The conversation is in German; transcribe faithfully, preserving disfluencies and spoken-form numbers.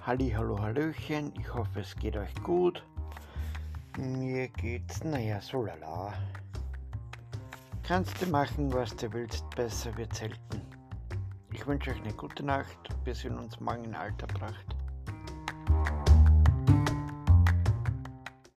Halli, hallo, hallöchen, ich hoffe es geht euch gut. Mir geht's, naja, so lala. Kannst du machen, was du willst, besser wird selten. Ich wünsche euch eine gute Nacht, wir sehen uns morgen in alter Pracht.